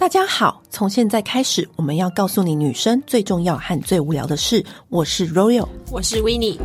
大家好，从现在开始，我们要告诉你女生最重要和最无聊的事。我是 Royal， 我是 Winnie。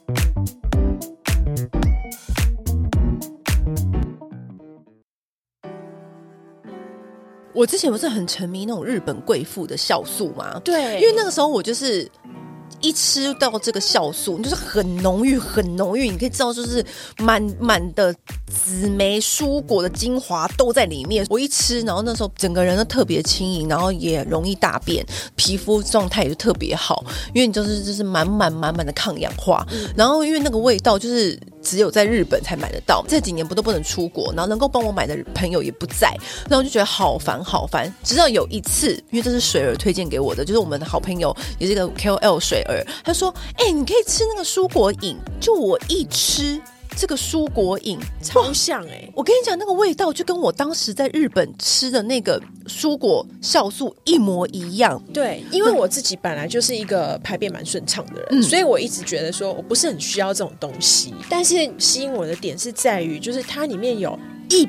我之前不是很沉迷那种日本贵妇的酵素吗？ 对， 因为那个时候我就是一吃到这个酵素，就是很浓郁很浓郁，你可以知道就是满满的紫莓蔬果的精华都在里面。我一吃，然后那时候整个人都特别轻盈，然后也容易大便，皮肤状态也就特别好，因为你就是满满的抗氧化。然后因为那个味道就是只有在日本才买得到，这几年不能出国，然后能够帮我买的朋友也不在，然后就觉得好烦好烦。直到有一次，因为这是水儿推荐给我的，就是我们的好朋友也是一个 KOL 水儿，他说你可以吃那个蔬果饮。就我一吃这个蔬果饮超像我跟你讲那个味道就跟我当时在日本吃的那个蔬果酵素一模一样。 对，因为我自己本来就是一个排便蛮顺畅的人，所以我一直觉得说我不是很需要这种东西，但是吸引我的点是在于就是它里面有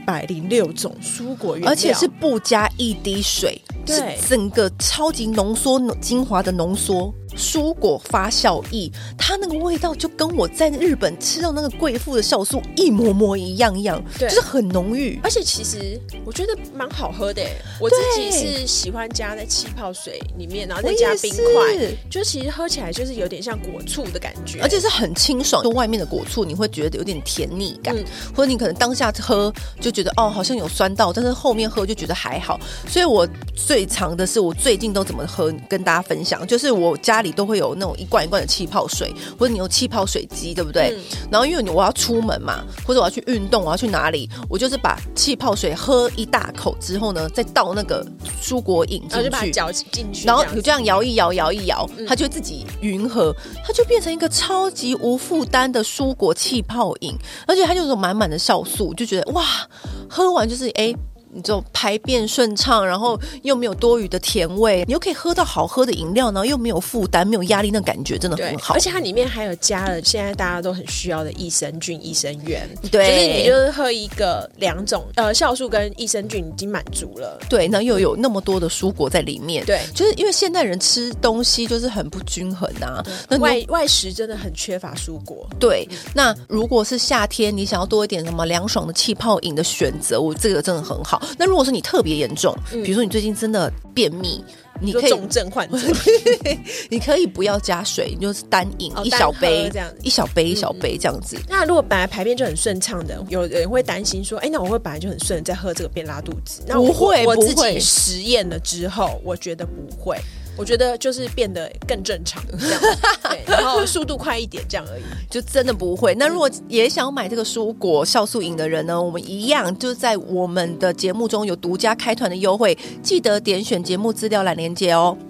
106种蔬果原料， 而且是不加一滴水，是整个超级浓缩精华的浓缩蔬果发酵液，它那个味道就跟我在日本吃到那个贵妇的酵素一模一样，就是很浓郁。 而且其实我觉得蛮好喝的我自己是喜欢加在气泡水里面，然后再加冰块，就其实喝起来就是有点像果醋的感觉， 而且是很清爽。就外面的果醋你会觉得有点甜腻感，或者你可能当下喝就觉得好像有酸到，但是后面喝就觉得还好。所以我最常的是我最近都怎么喝跟大家分享，就是我家里都会有那种一罐一罐的气泡水，或者你有气泡水机对不对然后因为我要出门嘛，或者我要去运动，我要去哪里，我就是把气泡水喝一大口之后呢，再倒那个蔬果饮进去， 然后就把它搅进去， 然后你这样摇一摇它就会自己匀合，它就变成一个超级无负担的蔬果气泡饮，而且它就有满满的酵素，就觉得哇，喝完就是你就排便顺畅，然后又没有多余的甜味，你又可以喝到好喝的饮料，然后又没有负担没有压力，那感觉真的很好。 而且它里面还有加了现在大家都很需要的益生菌、益生元， 对， 就是你就是喝一个2种酵素跟益生菌已经满足了， 对，然后又有那么多的蔬果在里面， 对， 就是因为现代人吃东西就是很不均衡啊， 那外食真的很缺乏蔬果。 对，那如果是夏天你想要多一点什么凉爽的气泡饮的选择，我这个真的很好。那如果说你特别严重，比如说你最近真的便秘，你可以重症患者你可以不要加水，你就是单饮一小杯这样子，一小杯这样子。 那如果本来排便就很顺畅的，有人会担心说那我会本来就很顺，再喝这个变拉肚子？那不会， 我自己实验了之后我觉得不会，我觉得就是变得更正常这样对，然后速度快一点这样而已， 就真的不会。那如果也想买这个蔬果酵素饮的人呢，我们一样就是在我们的节目中有独家开团的优惠，记得点选节目资料栏连结哦。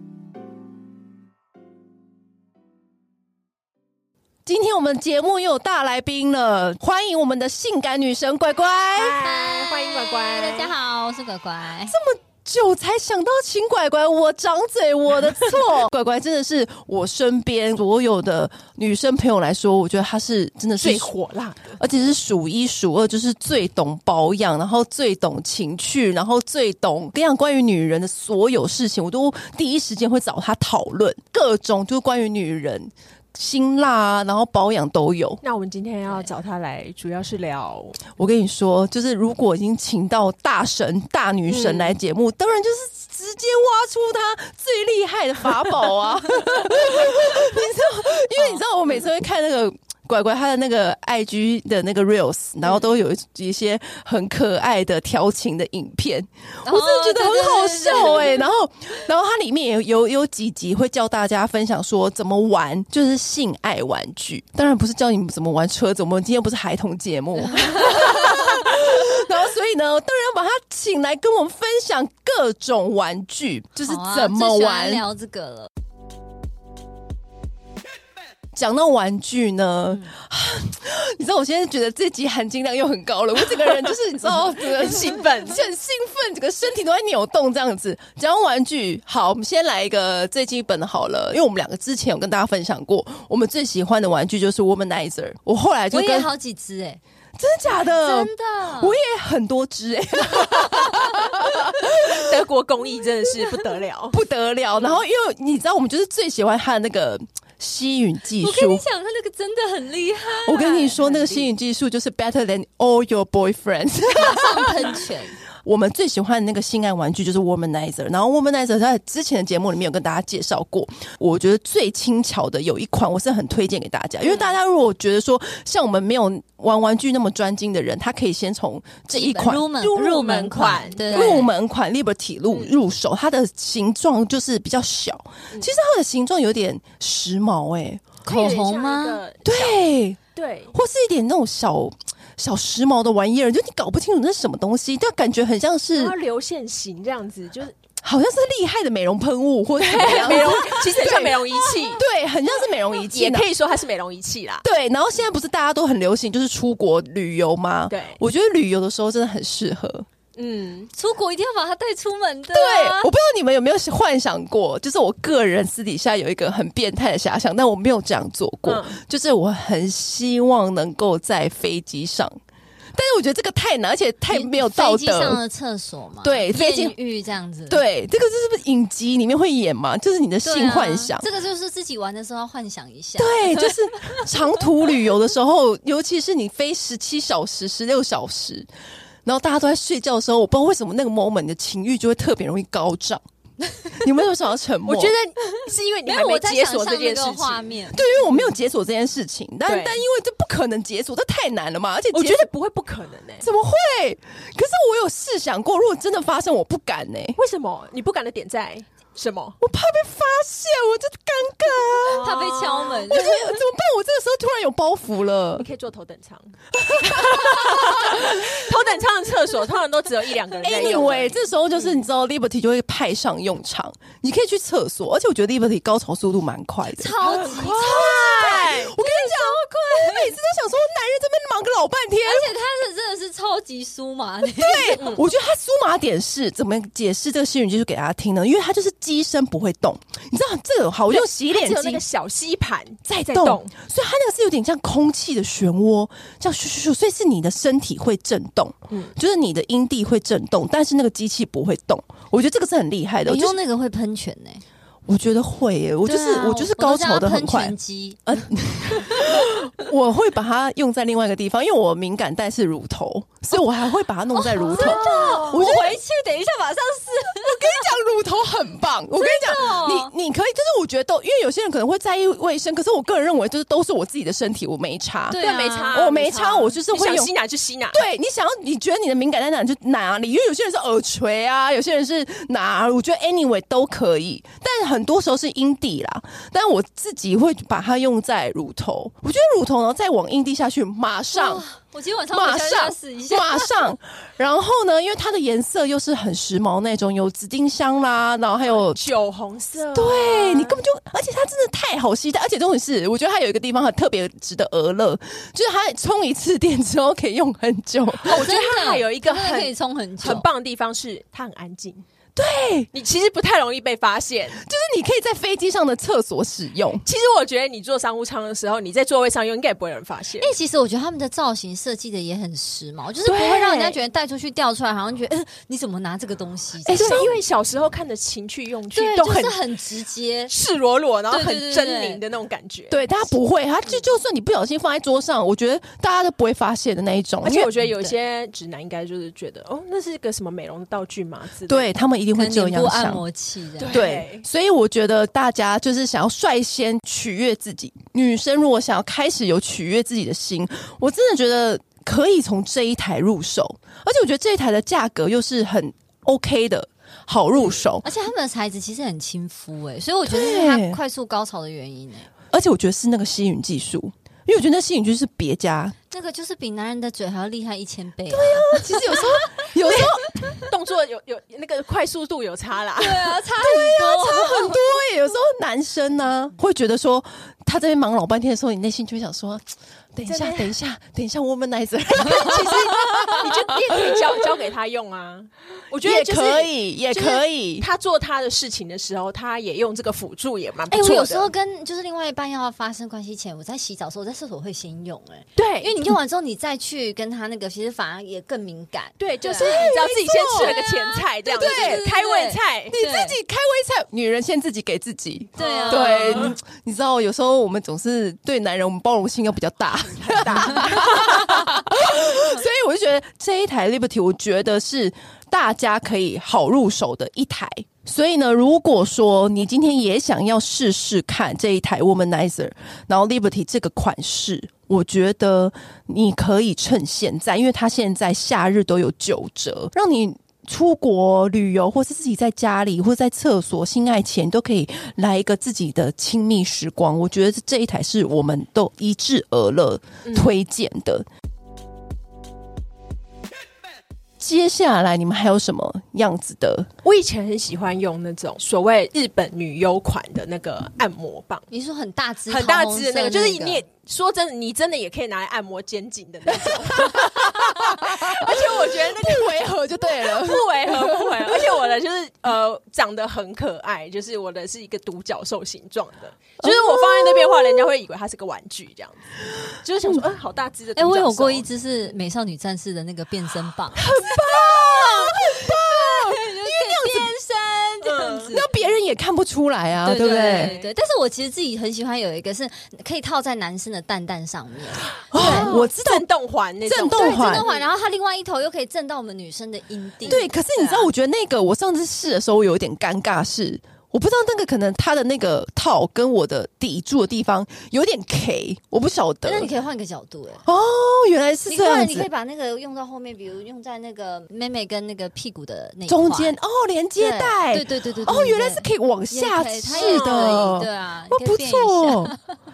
今天我们节目又有大来宾了，欢迎我们的性感女神乖乖。 嗨，欢迎乖乖， 大家好，我是乖乖。 这么久才想到请乖乖，我掌嘴我的错。乖乖真的是我身边所有的女生朋友来说，我觉得她是真的是最火辣的， 而且是数一数二，就是最懂保养，然后最懂情趣，然后最懂各样关于女人的所有事情，我都第一时间会找她讨论各种就是关于女人辛辣啊，然后保养都有。 那我们今天要找他来主要是聊， 我跟你说，就是如果已经请到大神大女神来节目，当然就是直接挖出她最厉害的法宝啊你知道，因为你知道我每次会看那个乖乖他的那个 IG 的那个 Reels， 然后都有一些很可爱的调情的影片，我真的觉得很好笑然后它里面也有几集会教大家分享说怎么玩，就是性爱玩具，当然不是教你们怎么玩车子，我们今天不是孩童节目然后所以呢，当然要把他请来跟我们分享各种玩具，就是怎么玩， 聊这个了。 讲到玩具呢，你知道我现在觉得这集含金量又很高了，我整个人就是你知道很兴奋，很兴奋，整个身体都在扭动这样子。讲到玩具，好，我们先来一个最基本的好了，因为我们两个之前有跟大家分享过，我们最喜欢的玩具就是 Womanizer。我后来就我也好几只真的假的？ 真的， 我也很多支德国工艺真的是不得了， 不得了。然后因为你知道，我们就是最喜欢它的那个吸吮技术。 我跟你讲，他那个真的很厉害。 我跟你说，那个吸吮技术就是 better than all your boyfriends， 马上喷泉。 我们最喜欢的那个性爱玩具就是 Womanizer， 然后 Womanizer 在之前的节目里面有跟大家介绍过。我觉得最轻巧的有一款，我是很推荐给大家，因为大家如果觉得说像我们没有玩玩具那么专精的人，他可以先从这一款入门款，对， 入门款 Liberty 入手，它的形状就是比较小，其实它的形状有点时髦口红吗？ 对， 或是一点那种小时髦的玩意儿，就你搞不清楚那是什么东西，但感觉很像是流线型这样子，就是好像是厉害的美容喷雾或者怎么样， 其实很像美容仪器， 对，很像是美容仪器， 也可以说它是美容仪器啦。 对，然后现在不是大家都很流行就是出国旅游吗？ 对， 我觉得旅游的时候真的很适合。 出国一定要把它带出门的。 对，我不知道你们有没有幻想过，就是我个人私底下有一个很变态的遐想，但我没有这样做过，就是我很希望能够在飞机上。但是我觉得这个太难，而且太没有道德。 飞机上的厕所嘛， 对， 艳遇这样子。 对，这个是不是影集里面会演嘛？就是你的性幻想， 这个就是自己玩的时候要幻想一下。 对，就是长途旅游的时候，尤其是你飞17小时、16小时，然后大家都在睡觉的时候，我不知道为什么那个 moment 你的情欲就会特别容易高涨。你们有想要沉默？ 我觉得是因为你还没解锁这件事情。 画面对，因为我没有解锁这件事情，但因为这不可能解锁，这太难了嘛。而且我觉得不可能怎么会？可是我有试想过，如果真的发生，我不敢为什么？你不敢的点在什么？ 我怕被发现，我就尴尬， 怕被敲门。 我觉得怎么办？我这个时候突然有包袱了。 你可以坐头等舱，头等舱的厕所通常都只有1-2个人在用。 这时候就是你知道 Liberty 就会派上用场，你可以去厕所，而且我觉得 Liberty 高潮速度蛮快的， 超级快。 我跟你讲，我每次都想说，男人这边忙个老半天， 而且他是真的是超级酥麻的。 对，我觉得他酥麻点是怎么解释这个吸吮技术给大家听呢？因为他就是机身不会动，你知道这个好，我用洗脸机， 只有那个小吸盘在动，所以它那个是有点像空气的漩涡，这样咻咻咻，所以是你的身体会震动，就是你的阴蒂会震动，但是那个机器不会动。我觉得这个是很厉害的。 你用那个会喷泉我觉得会耶，我就是高潮的很快。我会把它用在另外一个地方，因为我敏感带是乳头，所以我还会把它弄在乳头。 我回去等一下马上试。 我跟你讲，乳头很棒。我跟你讲，你可以，就是我觉得因为有些人可能会在意卫生，可是我个人认为就是都是我自己的身体，我没差。 对， 没差， 我没差，我就是会想吸哪就吸哪。 对，你觉得你的敏感在哪就哪里，因为有些人是耳垂啊，有些人是哪，我觉得 anyway 都可以，但很多时候是阴蒂啦。但我自己会把它用在乳头，我觉得乳头呢再往阴蒂下去，马上。 我今天晚上回家试一下， 马上。然后呢，因为它的颜色又是很时髦那种，有紫丁香啦，然后还有酒红色， 对你根本就，而且它真的太好吸，而且重点是，我觉得它有一个地方很特别值得讹乐，就是它充一次电之后可以用很久。 我觉得它还有一个可以充很久很棒的地方是，它很安静。 对， 你其实不太容易被发现， 就是你可以在飞机上的厕所使用。 其实我觉得你坐商务舱的时候，你在座位上用，应该也不会有人发现。 其实我觉得他们的造型设计的也很时髦，就是不会让人家觉得带出去掉出来，好像觉得你怎么拿这个东西？ 对，因为小时候看的情趣用具都就是很直接、 赤裸裸，然后很狰狞的那种感觉。 对，大家不会，他就算你不小心放在桌上，我觉得大家都不会发现的那一种。 而且我觉得有一些直男应该就是觉得，那是个什么美容的道具嘛之类的， 对他们一定会这样想。 按摩器对，所以我觉得大家就是想要率先取悦自己，女生如果想要开始有取悦自己的心，我真的觉得可以从这一台入手，而且我觉得这一台的价格又是很 OK 的，好入手， 而且他们的材质其实很亲肤所以我觉得是它快速高潮的原因而且我觉得是那个吸吮技术，因为我觉得那吸吮就是别家那个就是比男人的嘴还要厉害1000倍。 对啊，其实有时候动作有那个快速度有差啦。 对啊，差很多有时候男生呢会觉得说他这边忙老半天的时候，你内心就会想说等一下 Womanizer 其实你也可以交给他用啊。我觉得也可以他做他的事情的时候，他也用这个辅助也蛮不错的。 我有时候跟就是另外一半要发生关系前，我在洗澡的时候，我在厕所会先用对， 因为你你用完之后你再去跟他那个，其实反而也更敏感。 对，就是你知道自己先吃了个前菜，这样子对开胃菜， 你自己开胃菜，女人先自己给自己。 对啊， 对，你知道有时候我们总是对男人，我们包容性又比较大， 很大。 所以我就觉得这一台 Liberty， 我觉得是大家可以好入手的一台。所以呢，如果说你今天也想要试试看这一台 Womanizer， 然后 Liberty 这个款式，我觉得你可以趁现在，因为它现在夏日都有9折，让你出国旅游，或是自己在家里，或者在厕所性爱前，都可以来一个自己的亲密时光。我觉得这一台是我们都一致而乐推荐的。接下来你们还有什么样子的？ 我以前很喜欢用那种所谓日本女优款的那个按摩棒， 你说很大只、 很大只的那个，就是个你也说真的，你真的也可以拿来按摩肩颈的那种。而且我觉得那个不违和就对了， 不违和。而且我的就是长得很可爱，就是我的是一个独角兽形状的，就是我放在那边的话，人家会以为它是个玩具这样子，就是想说，好大只的独角兽。 我有过一只是美少女战士的那个变身棒， 很棒， 因为变身这样子， 那别人也看不出来啊，对不对？ 对。但是我其实自己很喜欢有一个是可以套在男生的蛋蛋上面， 对，我知道震动环那种， 震动环， 然后它另外一头又可以震到我们女生的阴蒂。 对，可是你知道，我觉得那个我上次试的时候有点尴尬是。我不知道那个可能它的那个套跟我的抵住的地方有点 K， 我不晓得。 那你可以换个角度哦，原来是这样子。 你可以把那个用到后面，比如用在那个妹妹跟那个屁股的那中间哦，连接带。 对。 哦，原来是可以往下试的， 对啊， 哇，不错。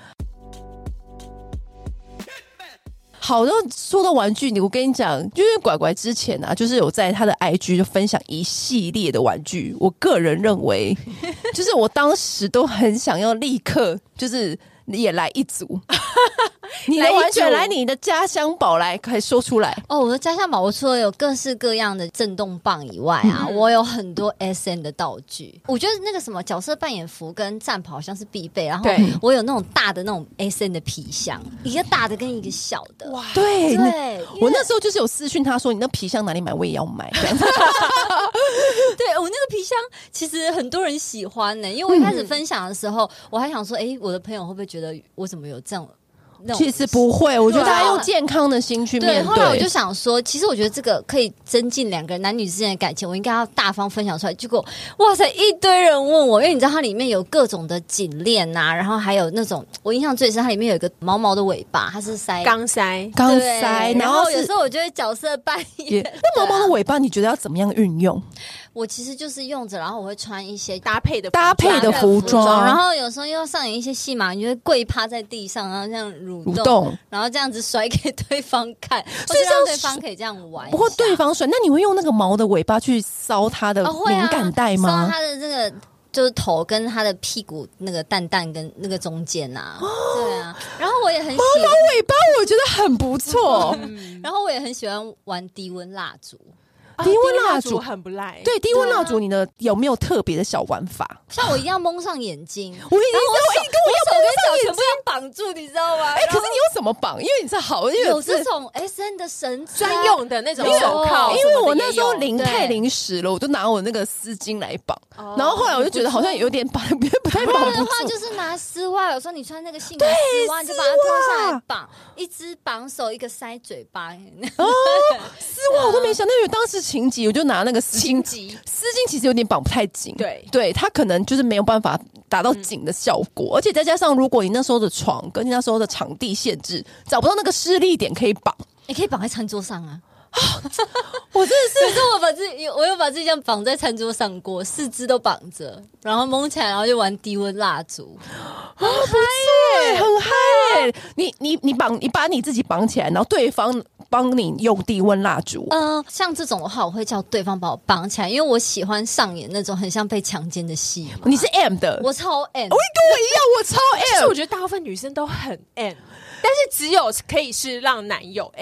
好的，说到玩具，我跟你讲，因为拐拐之前啊，就是有在他的 IG 就分享一系列的玩具。我个人认为，就是我当时都很想要立刻就是也来一组。你的玩具来，你的家乡宝来，可以说出来哦。我的家乡宝，我除了有各式各样的震动棒以外啊，我有很多 SM 的道具。我觉得那个什么角色扮演服跟战袍好像是必备，然后我有那种大的那种 SM 的皮箱，一个大的跟一个小的。 哇，对，我那时候就是有私讯他说，你那皮箱哪里买，我也要买。对， 我那个皮箱其实很多人喜欢呢，因为我一开始分享的时候，我还想说，我的朋友会不会觉得我怎么有这样？ 其实不会，我觉得大家用健康的心去面对。 后来我就想说，其实我觉得这个可以增进两个人男女之间的感情，我应该要大方分享出来。结果哇塞，一堆人问我，因为你知道它里面有各种的颈链啊，然后还有那种我印象最深，它里面有一个毛毛的尾巴，它是钢塞， 然后有时候我就会角色扮演。 那毛毛的尾巴，你觉得要怎么样运用？ 我其实就是用着，然后我会穿一些搭配的服装， 然后有时候又要上演一些戏嘛，你就会跪趴在地上，然后这样蠕动，然后这样子甩给对方看，所以让对方可以这样玩。 不过对方甩，那你会用那个毛的尾巴去搔他的敏感带吗？ 搔他的这个就是头跟他的屁股那个蛋蛋跟那个中间啊，对啊。然后我也很喜欢毛尾巴，我觉得很不错。 然后我也很喜欢玩低温蜡烛。 低温蜡烛很不赖， 对，低温蜡烛你的有没有特别的小玩法？ 像我一定要蒙上眼睛， 我一定跟我手跟脚全部要绑住，你知道吗？ 可是你有什么绑？因为你知道好， 有这种 SN 的绳子专用的那种手铐， 因为我那时候太临时了，我就拿我那个丝巾来绑，然后后来我就觉得好像有点绑，不太绑不住。 的话就是拿丝袜，有时候你穿那个性感丝袜，你就把它脱下来绑，一只绑手，一个塞嘴巴。 丝袜我都没想到，因为当时情急，我就拿那个丝巾其实有点绑不太紧，对，它可能就是没有办法达到紧的效果，而且再加上如果你那时候的床跟你那时候的场地限制，找不到那个施力点可以绑， 你可以绑在餐桌上啊。 我真的是， 可是我有把自己这样绑在餐桌上过，四肢都绑着，然后蒙起来，然后就玩低温蜡烛， 很嗨耶，很嗨耶！你把你自己绑起来，然后对方帮你用低温蜡烛。 像这种的话，我会叫对方把我绑起来，因为我喜欢上演那种很像被强奸的戏。 你是 M 的， 我超 M， 跟我一样，我超 M。 其实我觉得大部分女生都很 M， 但是只有可以是让男友 M。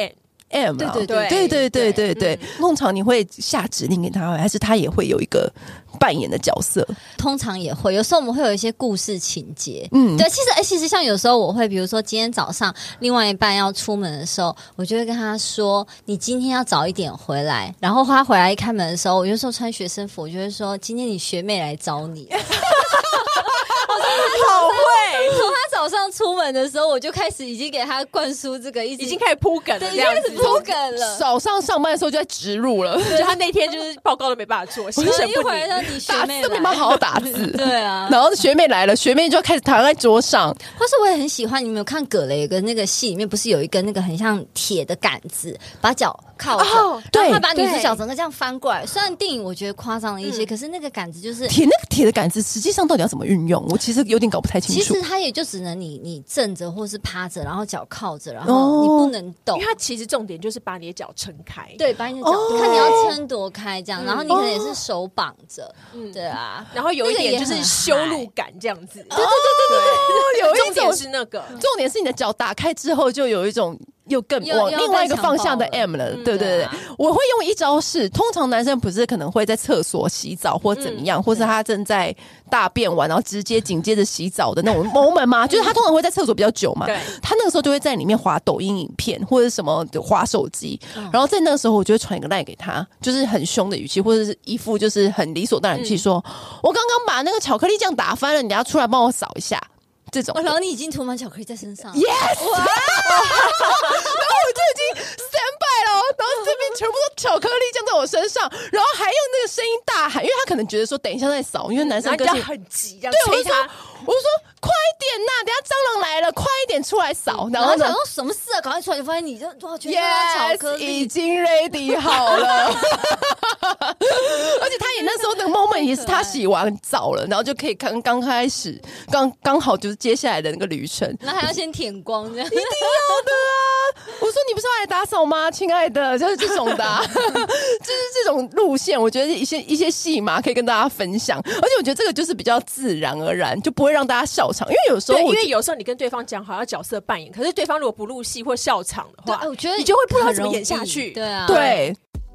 M 啊， 对， 通常你会下指令给他，还是他也会有一个扮演的角色？ 通常也会，有时候我们会有一些故事情节。对，其实像有时候我会，比如说今天早上另外一半要出门的时候，我就会跟他说：“你今天要早一点回来。”然后他回来一开门的时候，我有时候穿学生服，我就会说：“今天你学妹来找你。” 好会！ 从他早上出门的时候，我就开始已经给他灌输这个，已经开始铺梗了， 这样子铺梗了。 早上上班的时候就在植入了， 就他那天就是报告都没办法做，心神不宁。 你学妹都没办法好好打字， 对啊。 然后学妹来了，学妹就开始躺在桌上。 或是我也很喜欢，你们有看葛雷跟那个戏里面，不是有一根那个很像铁的杆子，把脚靠着，然后他把女主角整个这样翻过来。虽然电影我觉得夸张了一些，可是那个杆子就是那个铁的杆子，实际上到底要怎么运用？我其实有点搞不太清楚。 其实它也就只能你正着或是趴着，然后脚靠着，然后你不能动。 因为它其实重点就是把你的脚撑开， 对，把你的脚看你要撑多开这样，然后你可能也是手绑着，对啊， 然后有一点就是羞辱感这样子。 对，有一种是那个重点是你的脚打开之后，就有一种。又更往另外一个方向的 M 了，对对对，我会用一招式，通常男生不是可能会在厕所洗澡或怎么样，或是他正在大便完，然后直接紧接着洗澡的那种 moment 吗？就是他通常会在厕所比较久嘛，他那个时候就会在里面滑抖音影片或者什么滑手机，然后在那个时候我就会传一个 LINE 给他，就是很凶的语气，或者是一副就是很理所当然语气说，我刚刚把那个巧克力酱打翻了，你要出来帮我扫一下。这种， 然后你已经涂满巧克力在身上 ，yes， 然后我就已经 stand by 了，然后这边全部都巧克力酱在我身上，然后还用那个声音大喊，因为他可能觉得说等一下再扫，因为男生个性很急，这样对， 催他， 我就说快点呐，等一下蟑螂来了，快一点出来扫。然后想说什么事啊？赶快出来，就发现你就哇，全部巧克力已经 ready 好了，而且他也那时候的 moment 也是他洗完澡了，然后就可以刚开始刚好就是接下来的那个旅程， 那还要先舔光这样， 一定要的啊！我说你不是要来打扫吗，亲爱的？就是这种的、啊，就是这种路线，我觉得一些戏码可以跟大家分享，而且我觉得这个就是比较自然而然，就不会让大家笑场，因为有时候因为有时候你跟对方讲好要角色扮演，可是对方如果不入戏或笑场的话， 我觉得你就会不知道怎么演下去。 对啊， 对。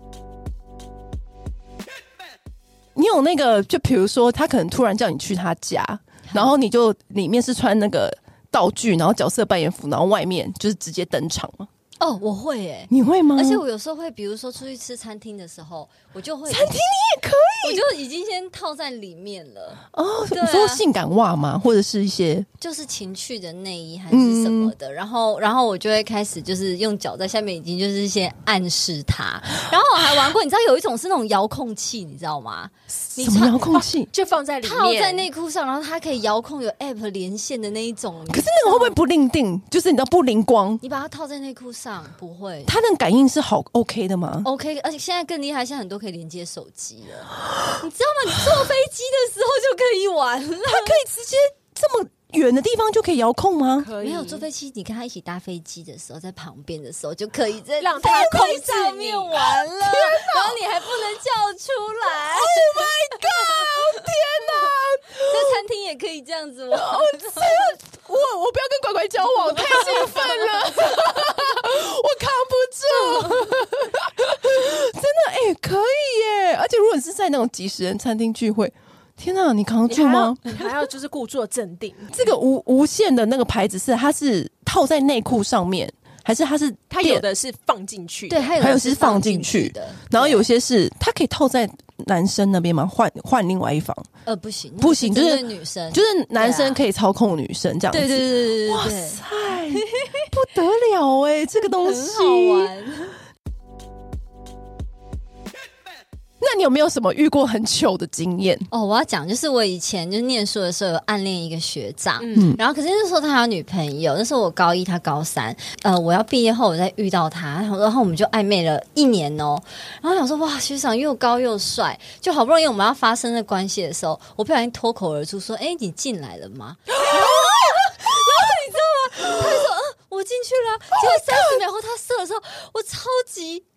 你有那个，就比如说他可能突然叫你去他家，然后你就里面是穿那个道具，然后角色扮演服，然后外面就是直接登场吗？ 哦，我会耶， 你会吗？ 而且我有时候会，比如说出去吃餐厅的时候，我就会餐厅你也可以， 我就已经先套在里面了。 哦，你说性感袜吗？或者是一些就是情趣的内衣还是什么的，然后我就会开始就是用脚在下面，已经就是先暗示他。然后我还玩过，你知道有一种是那种遥控器，你知道吗？ 什么遥控器？ 就放在里面， 套在内裤上，然后它可以遥控有 app 连线的那一种。 可是那个会不会不灵定？就是你知道不灵光？ 你把它套在内裤上。不会， 它的感应是好 OK 的吗 ？OK， 而且现在更厉害，现在很多可以连接手机了。你知道吗？你坐飞机的时候就可以玩了，它可以直接这么远的地方就可以遥控吗？ 可以。没有坐飞机，你跟他一起搭飞机的时候，在旁边的时候就可以在让他控制上面玩了，然后你还不能叫出来。 Oh my god！ 天哪！ 在餐厅也可以这样子玩。 我不要跟乖乖交往，太兴奋了，我扛不住。真的可以耶！而且如果你是在那种几十人餐厅聚会，天哪，你扛得住吗？ 你还要就是故作镇定。 这个无线的那个牌子它是套在内裤上面，还是它有的是放进去的， 对，还有是放进去的，然后有些是它可以套在男生那边吗？换另外一方？ 不行， 不行，就是女生， 就是男生可以操控女生这样子。 对， 哇塞，不得了哎，这个东西很好玩。 那你有没有什么遇过很糗的经验？ 我要讲，就是我以前就念书的时候有暗恋一个学长，然后可是那时候他还有女朋友，那时候我高一，他高三，我要毕业后我再遇到他，然后我们就暧昧了1年哦，然后想说哇，学长又高又帅，就好不容易我们要发生的关系的时候，我不小心脱口而出说：“你进来了吗？”然后你知道吗？他就说：“我进去了。”结果30秒后他射的时候，我超级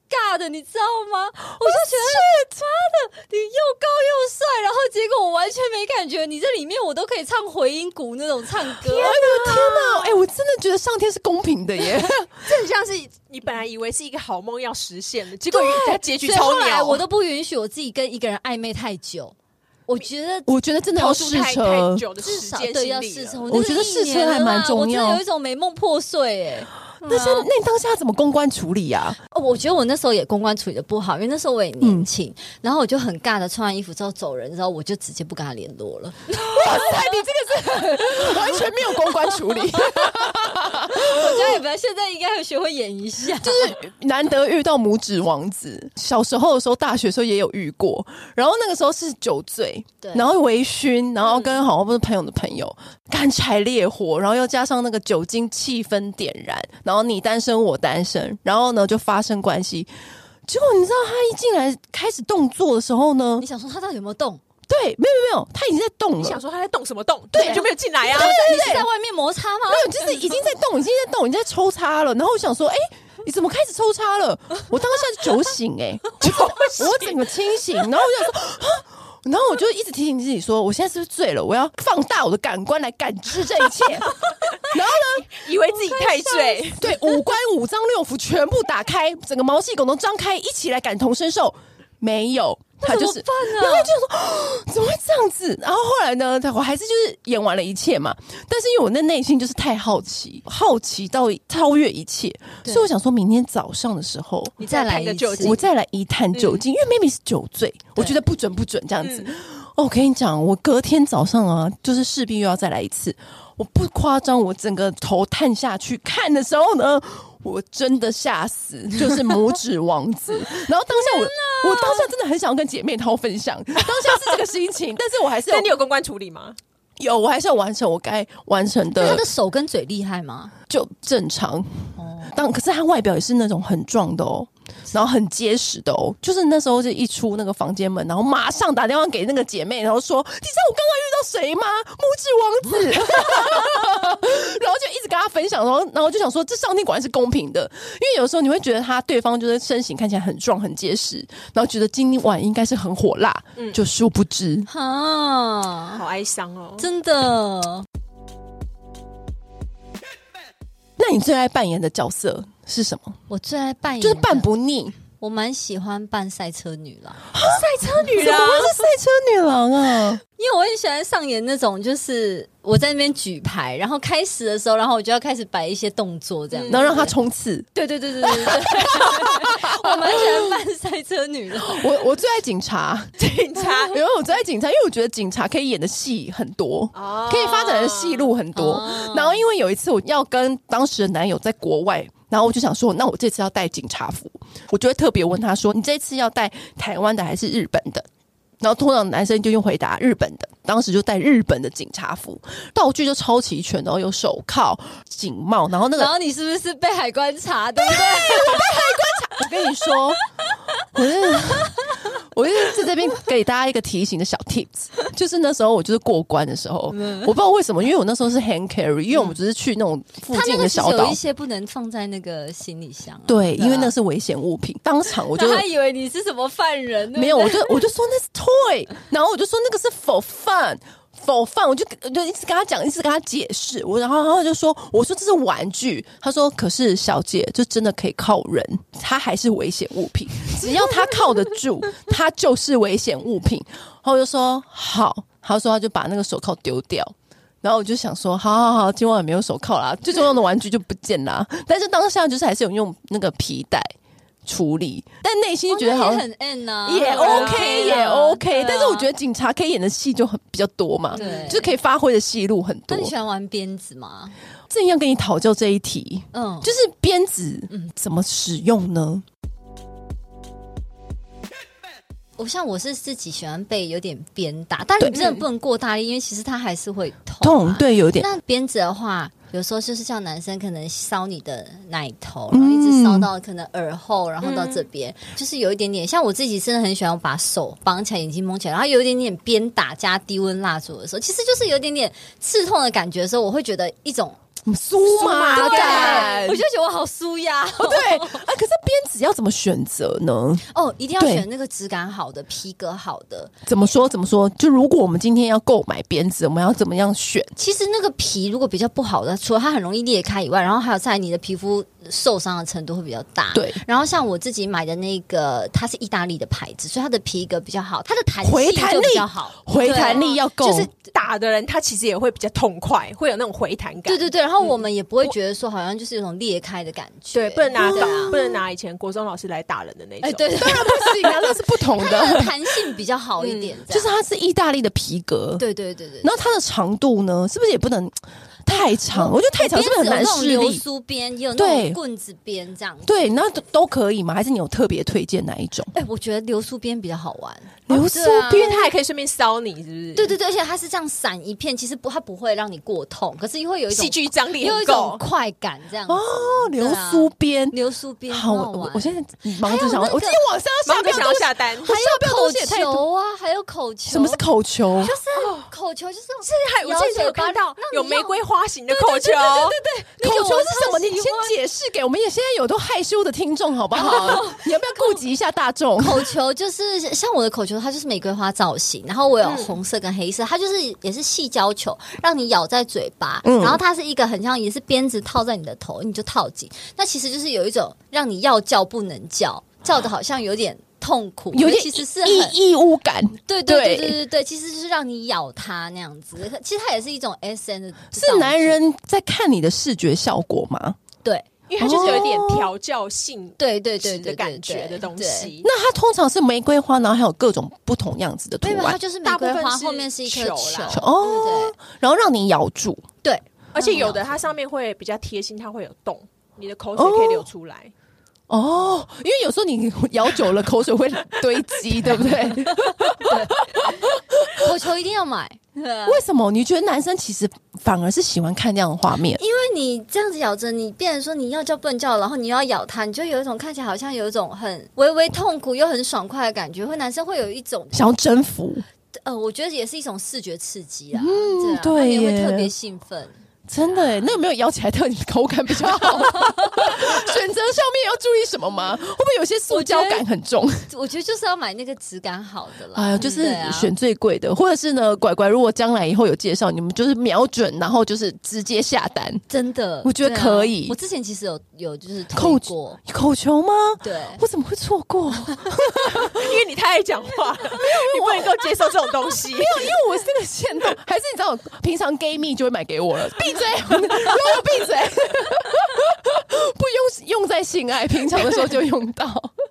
尬的，你知道吗？我就觉得妈的，你又高又帅，然后结果我完全没感觉，你在里面我都可以唱回音谷那种唱歌。 天哪！我真的觉得上天是公平的耶， 这很像是你本来以为是一个好梦要实现的，结果结局超后来鸟。 我都不允许我自己跟一个人暧昧太久。我觉得真的要试车， 太久的时间对要试车。 我觉得试车还蛮重要。 我真的有一种美梦破碎那你当下怎么公关处理啊？ 我觉得我那时候也公关处理的不好，因为那时候我也年轻，然后我就很尬的穿完衣服之后走人之后，我就直接不跟他联络了。 哇塞，你这个是完全没有公关处理。 我觉得现在应该会学会演一下， 就是难得遇到拇指王子。小时候的时候，大学的时候也有遇过，然后那个时候是酒醉，然后微醺，然后跟好像不是朋友的朋友干柴烈火，然后又加上那个酒精气氛点燃，然后你单身我单身，然后呢就发生关系。结果你知道他一进来开始动作的时候呢， 你想说他到底有没有动？ 对，没有，他已经在动了。 你想说他在动什么动？ 对， 就没有进来啊。 对，你是在外面摩擦吗？ 没有，就是已经在动，已经在抽插了。然后我想说，你怎么开始抽插了？我当下就酒醒我整个清醒，然后我想说然后我就一直提醒自己说，我现在是不是醉了？我要放大我的感官来感知这一切。然后呢， 以为自己太醉， 对，五官五脏六腑全部打开，整个毛细孔都张开，一起来感同身受。没有，他就是，然后就说怎么会这样子？然后后来呢，我还是就是演完了一切嘛。但是因为我的内心就是太好奇到超越一切，所以我想说明天早上的时候， 你再来一次， 我再来一探究竟，因为 maybe 是酒醉，我觉得不准这样子。我跟你讲，我隔天早上啊，就是势必又要再来一次。我不夸张，我整个头探下去看的时候呢，我真的吓死，就是拇指王子。然后当下我当下真的很想要跟姐妹淘分享，当下是这个心情，但是我还是那你有公关处理吗？ 有，我还是要完成我该完成的。 他的手跟嘴厉害吗？ 就正常。可是他外表也是那种很壮的然后很结实的就是那时候就一出那个房间门，然后马上打电话给那个姐妹，然后说你知道我刚刚遇到谁吗？拇指王子。然后就一直跟他分享，然后就想说这上天果然是公平的，因为有时候你会觉得对方就是身形看起来很壮很结实，然后觉得今晚应该是很火辣，就殊不知好哀伤真的。 那你最爱扮演的角色是什么？ 我最爱扮演就是扮不腻。 我蛮喜欢扮赛车女郎。 赛车女郎？ 怎么会是赛车女郎啊？ 因为我很喜欢上演那种，就是我在那边举牌，然后开始的时候，然后我就要开始摆一些动作，这样， 然后让他冲刺。 对。我蛮喜欢扮赛车女郎。 我最爱警察，因为我最爱警察，因为我觉得警察可以演的戏很多，可以发展的戏路很多。然后因为有一次我要跟当时的男友在国外。然后我就想说，那我这次要带警察服，我就会特别问他说，你这次要带台湾的还是日本的？然后通常男生就用回答日本的，当时就带日本的警察服，道具就超齐全，然后有手铐、警帽，然后然后你是不是被海关查？对不对？ 我被海关查。我跟你说，我就是在这边给大家一个提醒的小 tips， 就是那时候我就是过关的时候，我不知道为什么，因为我那时候是 hand carry， 因为我们只是去那种附近的小岛， 有一些不能放在那个行李箱对，因为那是危险物品。当场我就他以为你是什么犯人， 没有，我就说那是 toy， 然后我就说那个是 for fun。我就一直跟他讲，一直跟他解释。然后他就说：“我说这是玩具。”他说：“可是小姐，这真的可以靠人，它还是危险物品。只要他靠得住，它就是危险物品。”然后我就说：“好。”他说他就把那个手铐丢掉。然后我就想说：“好，今晚也没有手铐啦，最重要的玩具就不见啦。”但是当下就是还是有用那个皮带处理，但内心觉得好像很 N 啊， 也 OK 也 OK，但是我觉得警察可以演的戏就比较多嘛， 对， 就是可以发挥的戏路很多。 那你喜欢玩鞭子吗？ 正要跟你讨教这一题，就是鞭子怎么使用呢？ 我是自己喜欢被有点鞭打，但是你真的不能过大力，因为其实它还是会痛对，有点。 那鞭子的话，有时候就是像男生可能搔你的奶头，然后一直搔到可能耳后，然后到这边，就是有一点点。像我自己真的很喜欢把手绑起来，眼睛蒙起来，然后有一点点鞭打加低温蜡烛的时候，其实就是有一点点刺痛的感觉的时候，我会觉得一种酥麻感， 我就觉得我好酥呀。 对可是鞭子要怎么选择呢？ 一定要选那个质感好的、皮革好的。 怎么说？就如果我们今天要购买鞭子，我们要怎么样选？ 其实那个皮如果比较不好的，除了它很容易裂开以外，然后还有在你的皮肤受伤的程度会比较大。 对。 然后像我自己买的那个，它是意大利的牌子，所以它的皮革比较好，它的弹性就比较好， 回弹力要够。 就是打的人他其实也会比较痛快，会有那种回弹感。 对，然后我们也不会觉得说好像就是有种裂开的感觉。 对，不能拿以前国中老师来打人的那种。 对， 当然不行啊，那是不同的。 它的弹性比较好一点， 就是它是意大利的皮革。 对。 然后它的长度呢，是不是也不能太长？我觉得太长是不是很难施力？ 有那种流苏边，也有那种棍子边这样子。 对，那都可以吗？还是你有特别推荐哪一种？ 我觉得流苏边比较好玩。 流苏边它还可以顺便烧你，是不是？ 对，而且它是这样散一片，其实它不会让你过痛，可是会有一种戏剧张力， 有一种快感这样子。 流苏边， 好， 我现在忙着想，我今天晚上要下单， 还有口球啊，还有口球。 什么是口球？ 就是口球，就是我之前有看到有玫瑰花型的口球。 对，口球是什么？你先解释给我们，也现在有都害羞的听众好不好？你要不要顾及一下大众？ 口球就是像我的口球，它就是玫瑰花造型，然后我有红色跟黑色，它就是也是细胶球，让你咬在嘴巴，然后它是一个很像也是鞭子套在你的头，你就套紧。那其实就是有一种让你要叫不能叫，叫的好像有点痛苦， 有点其实是异物感。 对，其实就是让你咬它那样子。其实它也是一种 SM 的， 是男人在看你的视觉效果吗？ 对。 因为它就是有一点调教性对的感觉的东西。 那它通常是玫瑰花，然后还有各种不同样子的图案。 它就是玫瑰花后面是一颗球然后让你咬住。 对， 而且有的它上面会比较贴心，它会有洞，你的口水可以流出来。 因为有时候你咬久了，口水会堆积，对不对？ 口球一定要买。 为什么？你觉得男生其实反而是喜欢看这样的画面？ 因为你这样子咬着，你变成说你要叫不能叫，然后你又要咬它，你就有一种看起来好像有一种很微微痛苦又很爽快的感觉，男生会有一种想要征服。 我觉得也是一种视觉刺激啊。 对， 也会特别兴奋。 真的耶，那有没有咬起来特口感比较好？选择上面要注意什么吗？会不会有些塑胶感很重？ 我觉得就是要买那个质感好的啦。 就是选最贵的，或者是呢，拐拐如果将来以后有介绍，你们就是瞄准，然后就是直接下单。 真的， 我觉得可以。 我之前其实有就是推过口球吗？ 对， 我怎么会错过？ 因为你太爱讲话了，你不能够接受这种东西。没有，因为我是个限动，还是你知道，平常 gay 蜜就会买给我了。闭嘴，给我闭嘴！不用在性爱，平常的时候就用到。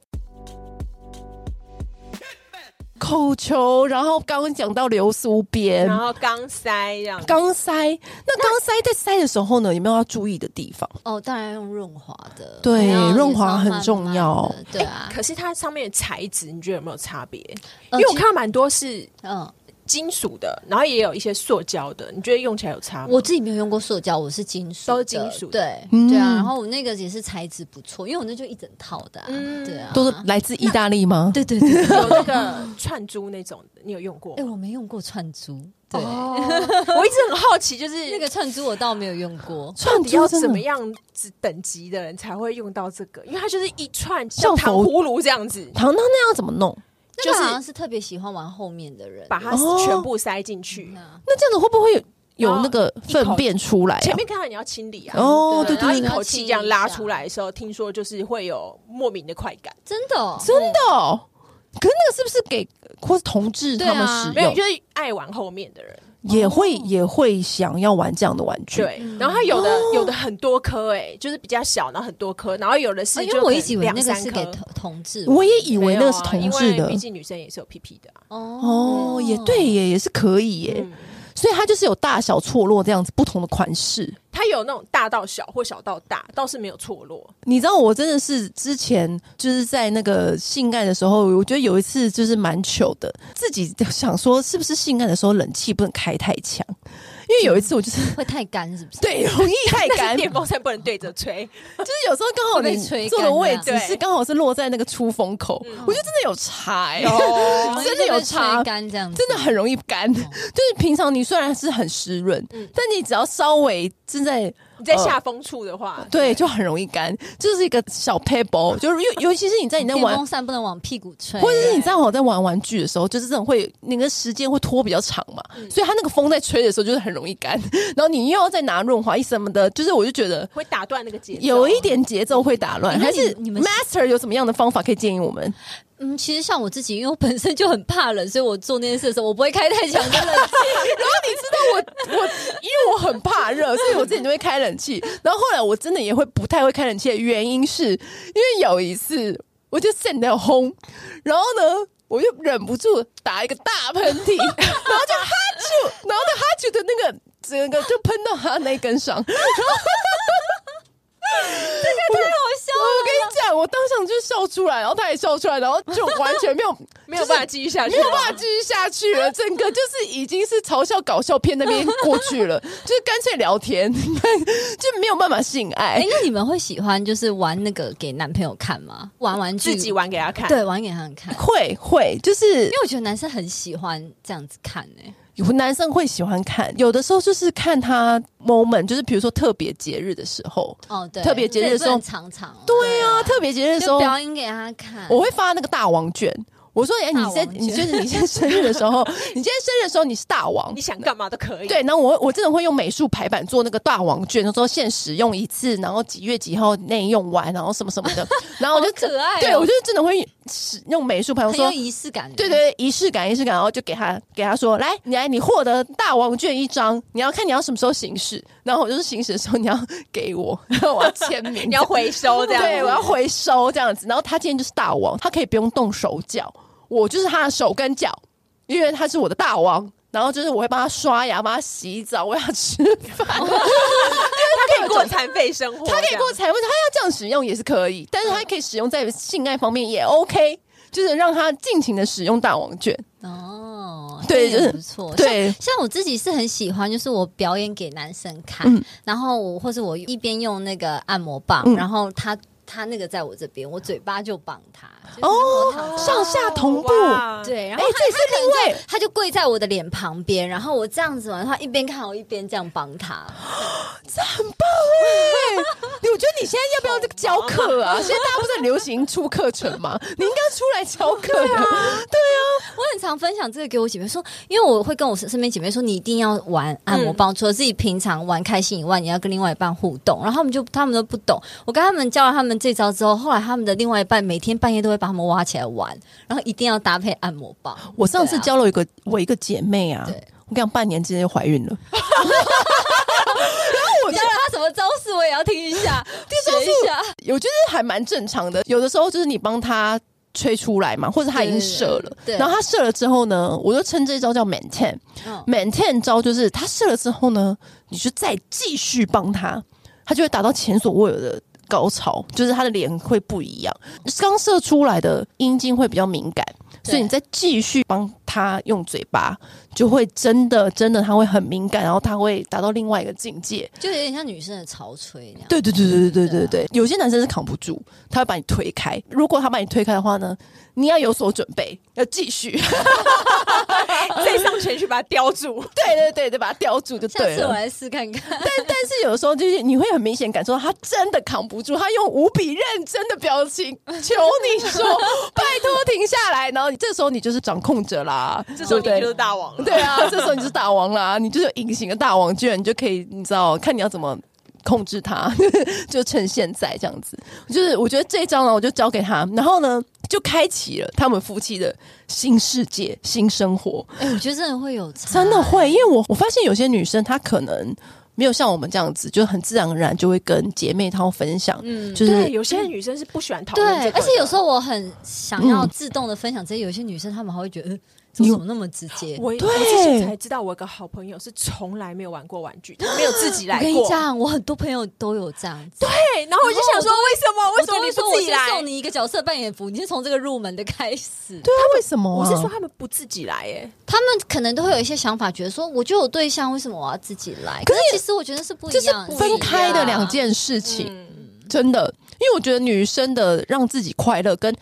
口球，然后刚刚讲到流苏边， 然后钢塞这样。 钢塞，那钢塞在塞的时候呢，有没有要注意的地方？ 当然要用润滑的， 对，润滑很重要。 对啊， 可是它上面的材质，你觉得有没有差别？因为我看到蛮多是金属的，然后也有一些塑胶的，你觉得用起来有差吗？ 我自己没有用过塑胶，我是金属的， 都是金属的。 对啊，然后我那个也是材质不错，因为我那就一整套的。对啊， 都是来自意大利吗？ 对， 有那个串珠那种，你有用过？ 我没用过串珠。对， 我一直很好奇，就是那个串珠我倒没有用过。 串珠要怎么样子等级的人才会用到这个？因为它就是一串像糖葫芦这样子。 糖那要怎么弄？ 就是好像是特别喜欢玩后面的人， 把它全部塞进去。 那这样子会不会有那个粪便出来？ 前面看到你要清理啊， 对， 然后一口气这样拉出来的时候，听说就是会有莫名的快感。 真的。 可是那个是不是给或是同志他们使用？ 没有，就是爱玩后面的人也会想要玩这样的玩具。 对，然后它有的很多颗，就是比较小，然后很多颗，然后有的是因为我一直以为那个是给同志， 我也以为那个是同志的， 毕竟女生也是有屁屁的。 也对耶，也是可以耶。所以它就是有大小错落这样子不同的款式， 它有那种大到小或小到大，倒是没有错落。 你知道我真的是之前就是在那个性爱的时候，我觉得有一次就是蛮糗的，自己想说是不是性爱的时候冷气不能开太强，因为有一次我就是会太干，是不是？ 对，容易太干。 电风扇不能对着吹， 就是有时候刚好你坐的位置是刚好是落在那个出风口，我觉得真的有差真的有差， 干这样子真的很容易干。就是平常你虽然是很湿润，但你只要稍微正在你在下风处的话， 对，就很容易干，这是一个小 pebble， 就是尤其是你在玩电风扇不能往屁股吹， 或者是你在玩玩具的时候，就是这种会那个时间会拖比较长嘛，所以它那个风在吹的时候就是很容易干，然后你又要再拿润滑液什么的，就是我就觉得会打断那个节奏， 有一点节奏会打乱。还是你们 Master 有什么样的方法可以建议我们？ 其实像我自己，因为我本身就很怕冷，所以我做那件事的时候，我不会开太强的冷气。然后你知道我因为我很怕热，所以我之前就会开冷气。然后后来我真的也会不太会开冷气的原因是，因为有一次我就扇到轰，然后呢我就忍不住打一个大喷嚏，然后就哈啾，然后哈啾的那个整个就喷到他那根上。 这个太好笑了！ 我跟你讲，我当场就笑出来，然后他也笑出来，然后就完全没有办法继续下去， 没有办法继续下去了。整个就是已经是嘲笑搞笑片那边过去了，就是干脆聊天，就没有办法性爱。 那你们会喜欢就是玩那个给男朋友看吗？玩玩具自己玩给他看， 对，玩给他们看。 会，就是因为我觉得男生很喜欢这样子看有男生会喜欢看，有的时候就是看他 moment， 就是比如说特别节日的时候， 对， 特别节日的时候， 常对啊，特别节日的时候表演给他看， 我会发那个大王卷。我说，你现在生日的时候，你今天生日的时候你是大王， 你想干嘛都可以。 对，然后我真的会用美术排版做那个大王卷，说限使用一次，然后几月几号内用完，然后什么什么的，然后我就可爱， 对我就真的会用美术排版，说仪式感， 对，仪式感，然后就给他说，来，你获得大王卷1张，你要看你要什么时候行使，然后我就是行使的时候你要给我，然后我要签名， 你要回收这样子， 对，我要回收这样子，然后他今天就是大王，他可以不用动手脚。我就是他的手跟脚，因为他是我的大王。然后就是我会帮他刷牙，帮他洗澡，我要吃饭。他可以过残废生活， 他可以过残废，他要这样使用也是可以，但是他可以使用在性爱方面也 OK， 就是让他尽情的使用大王卷。对，就是不错。 对， 像我自己是很喜欢，就是我表演给男生看，然后或者我一边用那个按摩棒，然后他那个在我这边，我嘴巴就绑他， 上下同步， 对，然后这是另外， 他就跪在我的脸旁边，然后我这样子玩，他一边看我一边这样帮他， 这很棒我觉得你现在要不要这个教课啊？现在大家不是很流行出课程吗？你应该出来教课的。对啊， 我很常分享这个给我姐妹说，因为我会跟我身边姐妹说，你一定要玩按摩棒，除了自己平常玩开心以外，你要跟另外一半互动。然后他们都不懂，我跟他们教了他们这招之后，后来他们的另外一半每天半夜都会把他们挖起来玩，然后一定要搭配按摩棒。 我上次教了我一个姐妹啊，我跟你讲，半年之内就怀孕了。 我教了他什么招式，我也要听一下，学一下。 我觉得还蛮正常的。有的时候就是你帮他吹出来嘛，或者他已经射了，然后他射了之后呢，我就称这招叫 maintain。maintain 招就是他射了之后呢，你就再继续帮他，他就会达到前所未有的高潮，就是他的脸会不一样。刚射出来的阴茎会比较敏感，所以你再继续帮他用嘴巴，就会真的他会很敏感，然后他会达到另外一个境界， 就有点像女生的潮吹那样。 对，有些男生是扛不住，他会把你推开。如果他把你推开的话呢，你要有所准备，要继续再上前去把他叼住。 对，把他叼住就对了。 下次我来试看看。 但是有的时候就是你会很明显感受到他真的扛不住，他用无比认真的表情求你说拜托停下来，然后这时候你就是掌控者啦， 这时候你就是大王了。 对啊，这时候你就是大王啦，你就是隐形的大王卷，你就可以你知道看你要怎么控制他，就趁现在这样子。就是我觉得这一招呢，我就交给他，然后呢就开启了他们夫妻的新世界、新生活。 我觉得真的会有差， 真的会，因为我发现有些女生她可能没有像我们这样子，就很自然而然就会跟姐妹她分享。就是对，有些女生是不喜欢讨论这个的， 而且有时候我很想要自动的分享这些，有些女生她们还会觉得怎么那么直接？ 我之前才知道，我有个好朋友是从来没有玩过玩具，他没有自己来过。 我跟你讲，我很多朋友都有这样子。 对，然后我就想说，为什么你不自己来？ 我送你一个角色扮演服，你是从这个入门的开始。 对啊，为什么？ 我是说他们不自己来耶， 他们可能都会有一些想法，觉得说我就有对象，为什么我要自己来？可是其实我觉得是不一样， 这是分开的两件事情，真的。因为我觉得女生的让自己快乐跟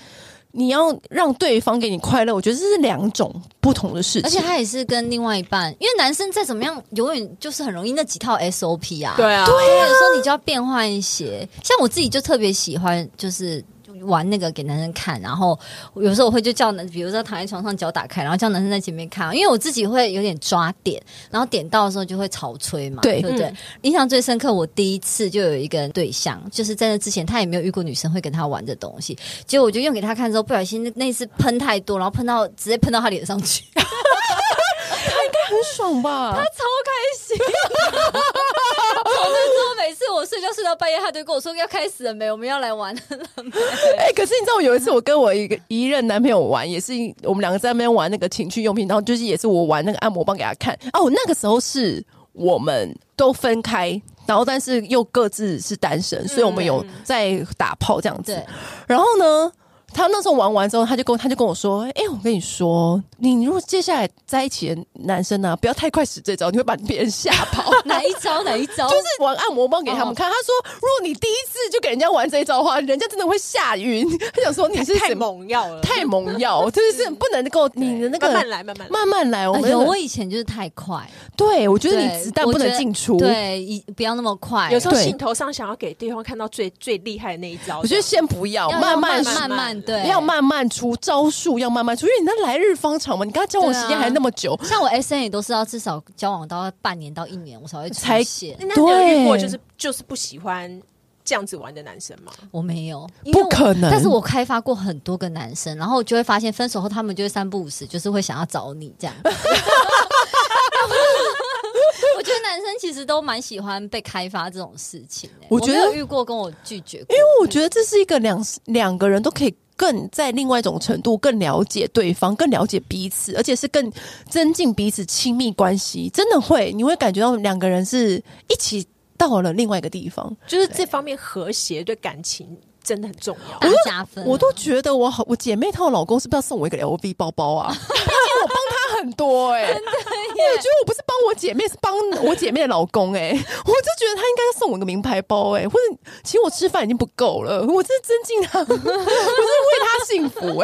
你要让对方给你快乐，我觉得这是2种不同的事情。 而且他也是跟另外一半，因为男生再怎么样，永远就是很容易那几套 SOP 啊。 对啊， 有时候你就要变换一些。像我自己就特别喜欢，就是玩那个给男生看，然后有时候我会就叫比如说躺在床上脚打开，然后叫男生在前面看，因为我自己会有点抓点，然后点到的时候就会潮吹嘛，对不对？印象最深刻，我第一次就有一个对象，就是在那之前他也没有遇过女生会跟他玩这东西，结果我就用给他看之后，不小心那次喷太多，然后直接喷到他脸上去。 他应该很爽吧？ 他超开心。从那之后，每次我睡觉睡到半夜，他就跟我说要开始了没，我们要来玩了没。 可是你知道有一次我跟我一任男朋友玩，也是我们2个在那边玩那个情趣用品，然后就是也是我玩那个按摩棒给他看。那个时候是我们都分开，然后但是又各自是单身，所以我们有在打炮这样子。然后呢，他那时候玩完之后，他就跟我说：“我跟你说，你如果接下来在一起的男生啊，不要太快使这招，你会把别人吓跑。” 哪一招？ 就是玩按摩棒给他们看。他说：“如果你第一次就给人家玩这一招的话，人家真的会吓晕。”他想说你是太猛药了， 太猛药，就是不能够你的那个慢慢来。 我以前就是太快， 对我觉得你子弹不能进出， 对，不要那么快。 有时候兴头上想要给对方看到最厉害的那一招， 我觉得先不要，慢慢。 对， 要慢慢出招数，要慢慢出，因为你那来日方长嘛，你跟他交往时间还那么久。 像我 SN 也都是要至少交往到半年到1年，我才会出现。 那你有遇过就是不喜欢这样子玩的男生吗？ 我没有， 不可能。 但是我开发过很多个男生，然后就会发现分手后他们就会3不5时，就是会想要找你这样。我觉得男生其实都蛮喜欢被开发这种事情。我觉得有遇过跟我拒绝过， 因为我觉得这是一个两个人都可以更在另外一种程度更了解对方，更了解彼此，而且是更增进彼此亲密关系。真的你会感觉到2个人是一起到了另外一个地方， 就是这方面和谐对感情真的很重要， 大加分。 我都觉得我姐妹她的老公是不是要送我一个 LV 包包啊？毕竟我帮他很多真的耶。我觉得我不是帮我姐妹，是帮我姐妹的老公我就觉得他应该要送我一个名牌包或者请我吃饭已经不够了，我真是尊敬他，我真的为他幸福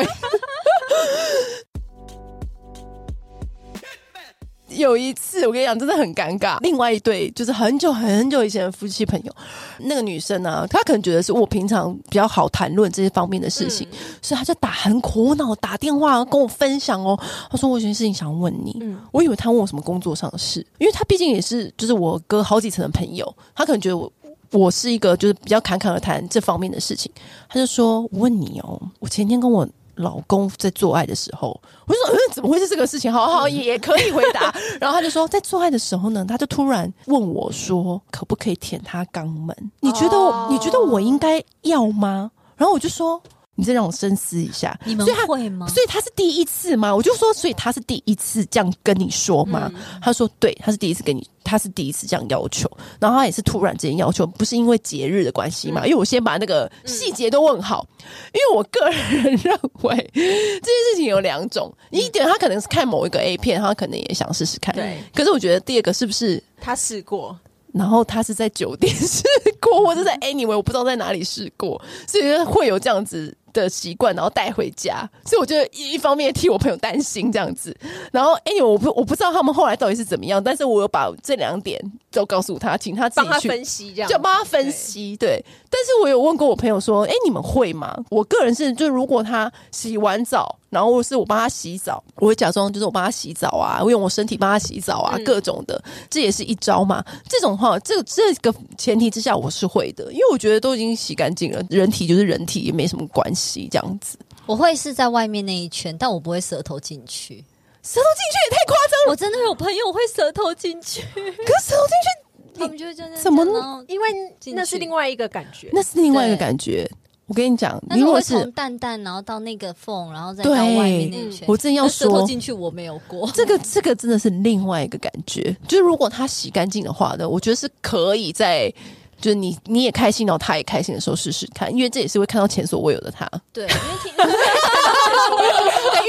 有一次我跟你讲真的很尴尬，另外一对就是很久很久以前的夫妻朋友，那个女生啊，她可能觉得是我平常比较好谈论这些方面的事情，所以她就很苦恼打电话跟我分享她说我有些事情想问你。我以为她问我什么工作上的事，因为她毕竟也是就是我隔好几层的朋友，她可能觉得我是一个就是比较侃侃而谈这方面的事情。她就说我问你我前天跟我老公在做爱的时候，我就说怎么会是这个事情？好也可以回答。然后他就说在做爱的时候呢，他就突然问我说可不可以舔他肛门？你觉得我应该要吗？然后我就说你再让我深思一下。 你们会吗？ 所以他是第一次吗？我就说所以他是第一次这样跟你说吗？他说对，他是第一次这样要求，然后他也是突然之间要求，不是因为节日的关系嘛？因为我先把那个细节都问好，因为我个人认为这件事情有2种，一点他可能是看某一个 A 片，他可能也想试试看，对。可是我觉得第二个是不是他试过？ 然后他是在酒店试过，或者在 anyway 我不知道在哪里试过，所以会有这样子的习惯，然后带回家。所以我觉得一方面替我朋友担心这样子，然后anyway我不知道他们后来到底是怎么样，但是我有把这2点都告诉他，请他自己去帮他分析，这样就帮他分析。对，但是我有问过我朋友说你们会吗？我个人是就如果他洗完澡然后是我帮他洗澡，我会假装就是我帮他洗澡啊，我用我身体帮他洗澡啊，各种的，这也是一招嘛。这种话这个前提之下我是会的，因为我觉得都已经洗干净了，人体就是人体，也没什么关系这样子。 我会是在外面那一圈，但我不会舌头进去。 舌头进去也太夸张了！ 我真的有朋友会舌头进去，可是舌头进去他们就会这样怎么呢？ 因为那是另外一个感觉， 那是另外一个感觉。我跟你讲， 但是我会从蛋蛋然后到那个缝，然后再到外面那一圈。 我真要说， 舌头进去我没有过。 这个真的是另外一个感觉。就是如果他洗干净的话呢，我觉得是可以在就是你也开心，然后他也开心的时候试试看，因为这也是会看到前所未有的他。 对， 因为我觉得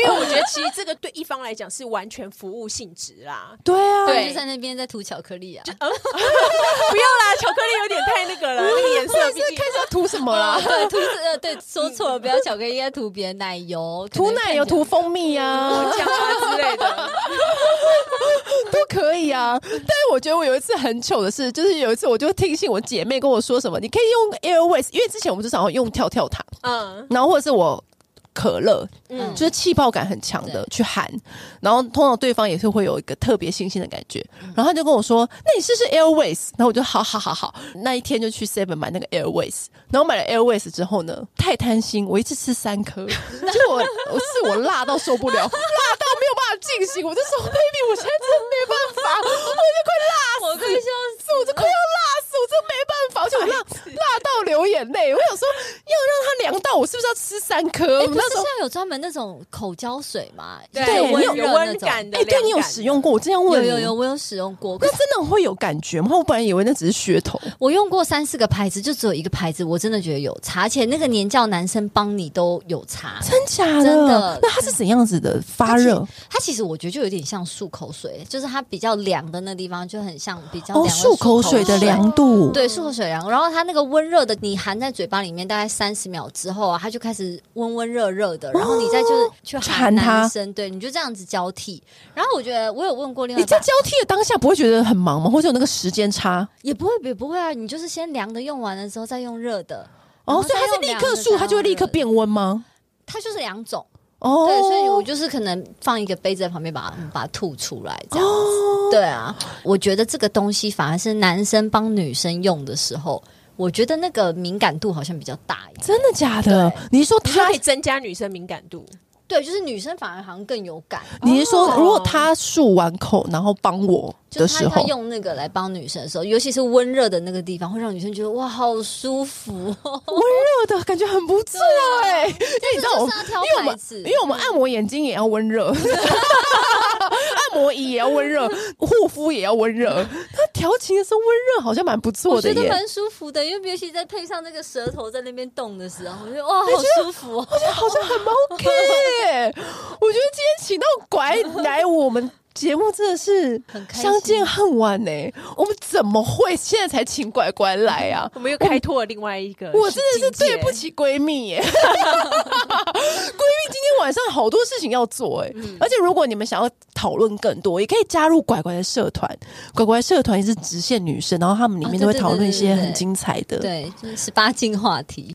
其实这个对一方来讲是完全服务性质啦。 对啊， 对，就在那边在涂巧克力啊， 不要啦，巧克力有点太那个了，那个颜色毕竟开始要涂什么啦？ 对，说错了，不要巧克力，应该涂别的奶油， 涂奶油、涂蜂蜜啊、 酱啊之类的都可以啊。但是我觉得我有一次很糗的事，就是有一次我就听信我姐妹跟我说什么，你可以用 Airways， 因为之前我们就常用跳跳糖，然后或者是我可乐，就是气泡感很强的去喊，然后通常对方也是会有一个特别新鲜的感觉，然后他就跟我说，那你试试 Airways， 然后我就好，那一天就去 Seven 买那个 Airways， 然后买了 Airways 之后呢，太贪心，我一次吃3颗，就我辣到受不了，辣到没有办法进行，我就说 baby， 我现在真的没办法，我就快辣死， 我快笑死， 我就快要辣死，我真的没办法，而且我辣到流眼泪，我想说要让它凉到，我是不是要吃3颗？ 不是现在有专门那种口胶水嘛？ 对，有温感的。 对，你有使用过？我这样问你， 有，我有使用过。 那真的会有感觉吗？我本来以为那只是噱头。 我用过3-4个牌子，就只有一个牌子，我真的觉得有差，而且那个年教男生帮你都有差， 真假的？ 真的。 那它是怎样子的发热？ 它其实我觉得就有点像漱口水，就是它比较凉的那地方就很像比较凉的漱口水的凉度。 对，漱口水凉。然后它那个温热的，你含在嘴巴里面大概30秒之后啊，它就开始温热的，然后你再就是去含男生，对，你就这样子交替。然后我觉得我有问过另外， 你在交替的当下不会觉得很忙吗？或者有那个时间差？ 也不会啊，你就是先凉的用完了之后再用热的。 所以它是立刻漱，它就会立刻变温吗？ 它就是2种。对，所以我就是可能放一个杯子在旁边把它吐出来这样子。对啊，我觉得这个东西反而是男生帮女生用的时候，我觉得那个敏感度好像比较大一点。 真的假的？你是说它可以增加女生敏感度？ 对，就是女生反而好像更有感。 你是说，如果他漱完口，然后帮我的时候， 他用那个来帮女生的时候，尤其是温热的那个地方，会让女生觉得哇，好舒服哦， 温热的感觉很不错哎。因为你知道，因为我们按摩眼睛也要温热，按摩仪也要温热，护肤也要温热。他调情的时候温热好像蛮不错的耶， 我觉得蛮舒服的，因为尤其再配上那个舌头在那边动的时候，我觉得哇，好舒服哦， 我觉得好像很 OK 耶。我觉得今天请到拐来我们节目真的是相见恨晚呢。我们怎么会现在才请拐拐来啊？ 我们又开拓了另外一个， 我真的是对不起闺蜜耶。闺蜜今天晚上好多事情要做哎，而且如果你们想要讨论更多，也可以加入拐拐的社团。拐拐社团也是直线女生，然后他们里面都会讨论一些很精彩的， 对，就是18禁话题。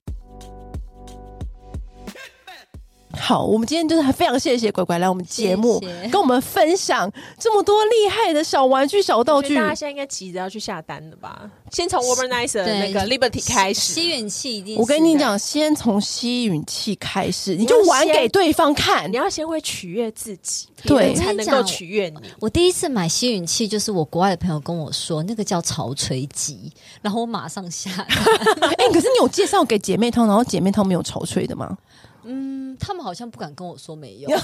好，我们今天就是非常谢谢拐拐来我们节目，跟我们分享这么多厉害的小玩具、小道具。 大家现在应该急着要去下单了吧？先从 Womanizer 的那个 Liberty 开始， 吸吮器一定。 我跟你讲，先从吸吮器开始，你就玩给对方看。 你要先会取悦自己， 对， 才能够取悦你。 我第一次买吸吮器，就是我国外的朋友跟我说，那个叫潮吹机，然后我马上下单。 可是你有介绍给姐妹淘，然后姐妹淘没有潮吹的吗？ 他们好像不敢跟我说没有。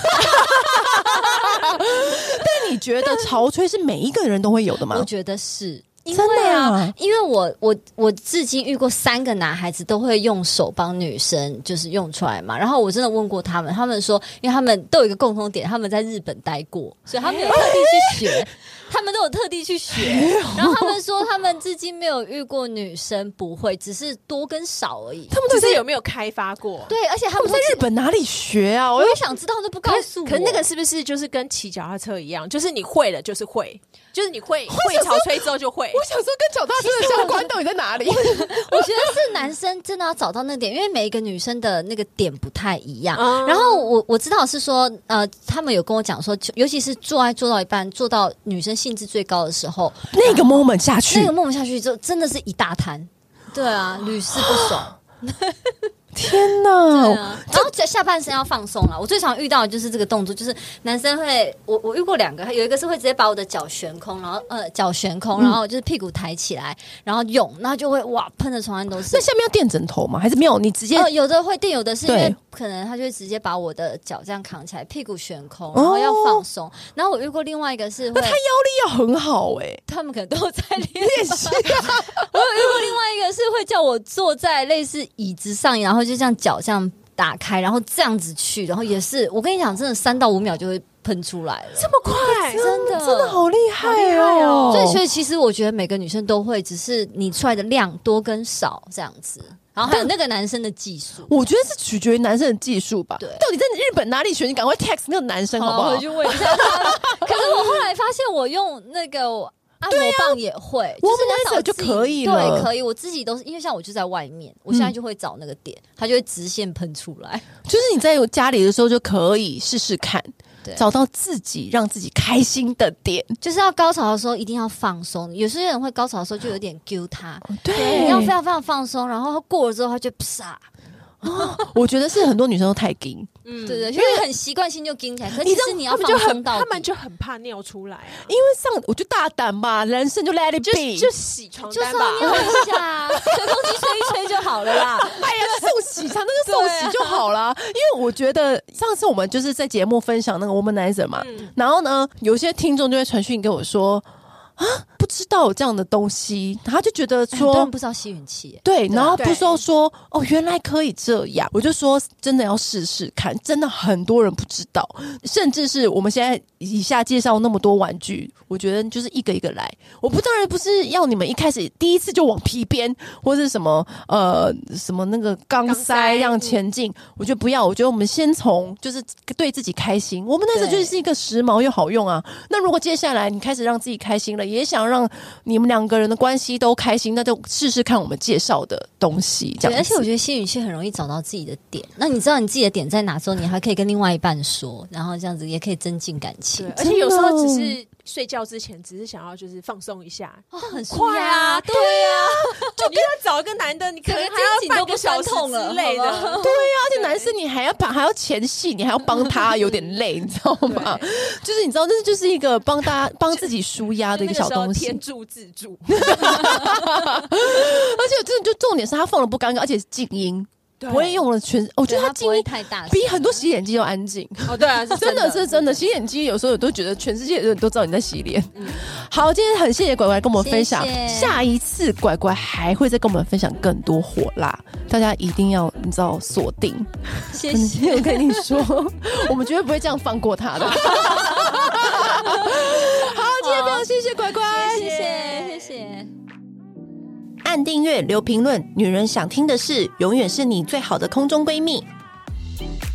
但你觉得潮吹是每一个人都会有的吗？ 我觉得是。 真的啊， 因为我至今遇过3个男孩子都会用手帮女生就是用出来嘛，然后我真的问过他们说，因为他们都有一个共同点，他们在日本待过，所以他们有特地去学。他们都有特地去学，然后他们说他们至今没有遇过女生不会，只是多跟少而已。 他们只是有没有开发过？ 对，而且他们在日本哪里学啊？ 我也想知道，都不告诉我。 可那个是不是就是跟骑脚踏车一样？就是你会了就是会，就是你会潮吹之后就会。 我想说跟脚踏车的相关到底在哪里？ 我觉得是男生真的要找到那点，因为每一个女生的那个点不太一样。然后我知道是说，他们有跟我讲说，尤其是做爱做到一半，做到女生兴致最高的时候， 那个 moment 下去， 之后真的是一大滩，对啊，屡试不爽。 天哪！ 然后下半身要放松了。我最常遇到的就是这个动作，就是男生会，我遇过2个，有一个是会直接把我的脚悬空，然后脚悬空，然后就是屁股抬起来，然后用，然后就会哇喷的床上都是。 那下面要垫枕头吗？还是没有？你直接有的会垫，有的是因为可能他就会直接把我的脚这样扛起来，屁股悬空，然后要放松。然后我遇过另外一个是， 那他腰力要很好他们可能都有在练习。我有遇过另外一个是会叫我坐在类似椅子上，然后就这样脚这样打开，然后这样子去，然后也是我跟你讲，真的3到5秒就会喷出来了， 这么快， 真的好厉害哦！ 所以其实我觉得每个女生都会，只是你出来的量多跟少这样子。然后还有那个男生的技术， 我觉得是取决于男生的技术吧。 对， 到底在日本哪里学？你赶快 text 那个男生好不好？ 回去问一下他。可是我后来发现，我用那个按摩棒也会，就是那时就可以了。 对，可以。我自己都是因为像我就在外面，我现在就会找那个点，它就会直线喷出来。 就是你在家里的时候就可以试试看。找到自己让自己开心的点， 就是要高潮的时候一定要放松。有些人会高潮的时候就有点揪他， 对， 你要非常非常放松，然后过了之后他就啪。 我觉得是很多女生都太硬， 对对，因为很习惯性就硬起来。可是其实你要放松到底， 他们就很怕尿出来啊。 因为我就大胆吧，人生就 let it be， 就洗床单吧， 就尿一下，吹风机吹一吹就好了啦。 哎呀，送洗床那就送洗就好了。因为我觉得上次我们就是在节目分享那个 Womanizer 嘛，然后呢，有些听众就会传讯跟我说。啊，不知道有这样的东西，他就觉得说， 很多人不知道吸吮器， 对，然后不知道说，哦，原来可以这样，我就说真的要试试看，真的很多人不知道，甚至是我们现在以下介绍那么多玩具，我觉得就是一个一个来，当然不是要你们一开始第一次就往皮鞭或是什么什么那个钢塞让前进，我觉得不要，我觉得我们先从就是对自己开心，我们那时候就是一个时髦又好用啊，那如果接下来你开始让自己开心了。也想让你们2个人的关系都开心，那就试试看我们介绍的东西。这样子， 而且我觉得吸吮器很容易找到自己的点。那你知道你自己的点在哪之后，你还可以跟另外一半说，然后这样子也可以增进感情。 而且有时候只是睡觉之前，只是想要就是放松一下， 很快啊，对啊， 就你要找一个男的，你可能还要半个小时之类的，对啊，而且男生你还要前戏，你还要帮他，有点累，你知道吗？就是你知道，这就是一个帮自己舒压的一个小东西， 天助自助。 而且真的就重点是他放的不尴尬，而且是静音。不会用了我觉得它静音太大， 比很多洗脸机都安静。 哦，对啊， 真的是真的。洗脸机有时候我都觉得全世界的人都知道你在洗脸。好，今天很谢谢拐拐跟我们分享，下一次拐拐还会再跟我们分享更多火辣，大家一定要你知道锁定。 谢谢， 我跟你说，我们绝对不会这样放过他的。好，今天非常谢谢拐拐， 谢谢。 按订阅，留评论，女人想听的事，永远是你最好的空中闺蜜。